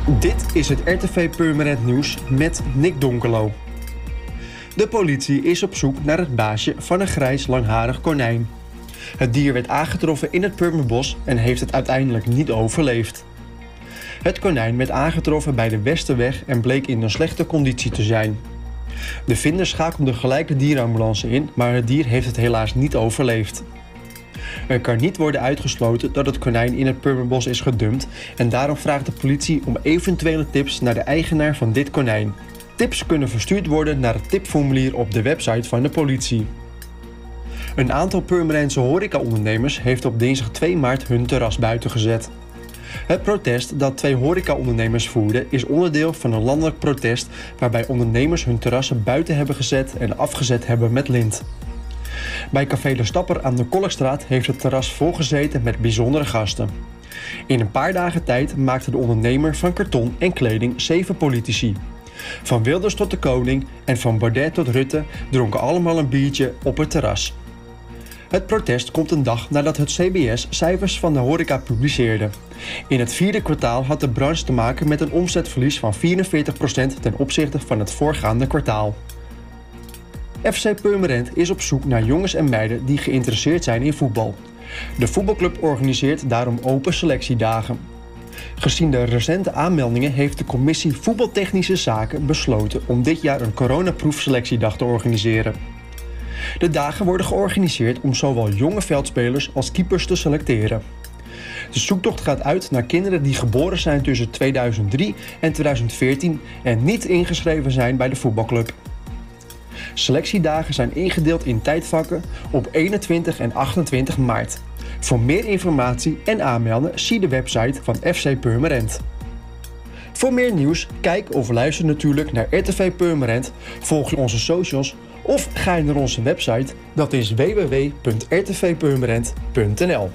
Dit is het RTV Purmerend Nieuws met Nick Donkelo. De politie is op zoek naar het baasje van een grijs langharig konijn. Het dier werd aangetroffen in het Purmerbos en heeft het uiteindelijk niet overleefd. Het konijn werd aangetroffen bij de Westerweg en bleek in een slechte conditie te zijn. De vinder schakelde gelijk de dierenambulance in, maar het dier heeft het helaas niet overleefd. Er kan niet worden uitgesloten dat het konijn in het Purmerbos is gedumpt en daarom vraagt de politie om eventuele tips naar de eigenaar van dit konijn. Tips kunnen verstuurd worden naar het tipformulier op de website van de politie. Een aantal Purmerendse horecaondernemers heeft op dinsdag 2 maart hun terras buiten gezet. Het protest dat 2 horecaondernemers voerden is onderdeel van een landelijk protest waarbij ondernemers hun terrassen buiten hebben gezet en afgezet hebben met lint. Bij Café de Stapper aan de Kolkstraat heeft het terras volgezeten met bijzondere gasten. In een paar dagen tijd maakte de ondernemer van karton en kleding 7 politici. Van Wilders tot de koning en van Baudet tot Rutte dronken allemaal een biertje op het terras. Het protest komt een dag nadat het CBS cijfers van de horeca publiceerde. In het 4e kwartaal had de branche te maken met een omzetverlies van 44% ten opzichte van het voorgaande kwartaal. FC Purmerend is op zoek naar jongens en meiden die geïnteresseerd zijn in voetbal. De voetbalclub organiseert daarom open selectiedagen. Gezien de recente aanmeldingen heeft de commissie Voetbaltechnische Zaken besloten om dit jaar een coronaproefselectiedag te organiseren. De dagen worden georganiseerd om zowel jonge veldspelers als keepers te selecteren. De zoektocht gaat uit naar kinderen die geboren zijn tussen 2003 en 2014 en niet ingeschreven zijn bij de voetbalclub. Selectiedagen zijn ingedeeld in tijdvakken op 21 en 28 maart. Voor meer informatie en aanmelden zie de website van FC Purmerend. Voor meer nieuws, kijk of luister natuurlijk naar RTV Purmerend, volg je onze socials of ga je naar onze website, dat is www.rtvpurmerend.nl.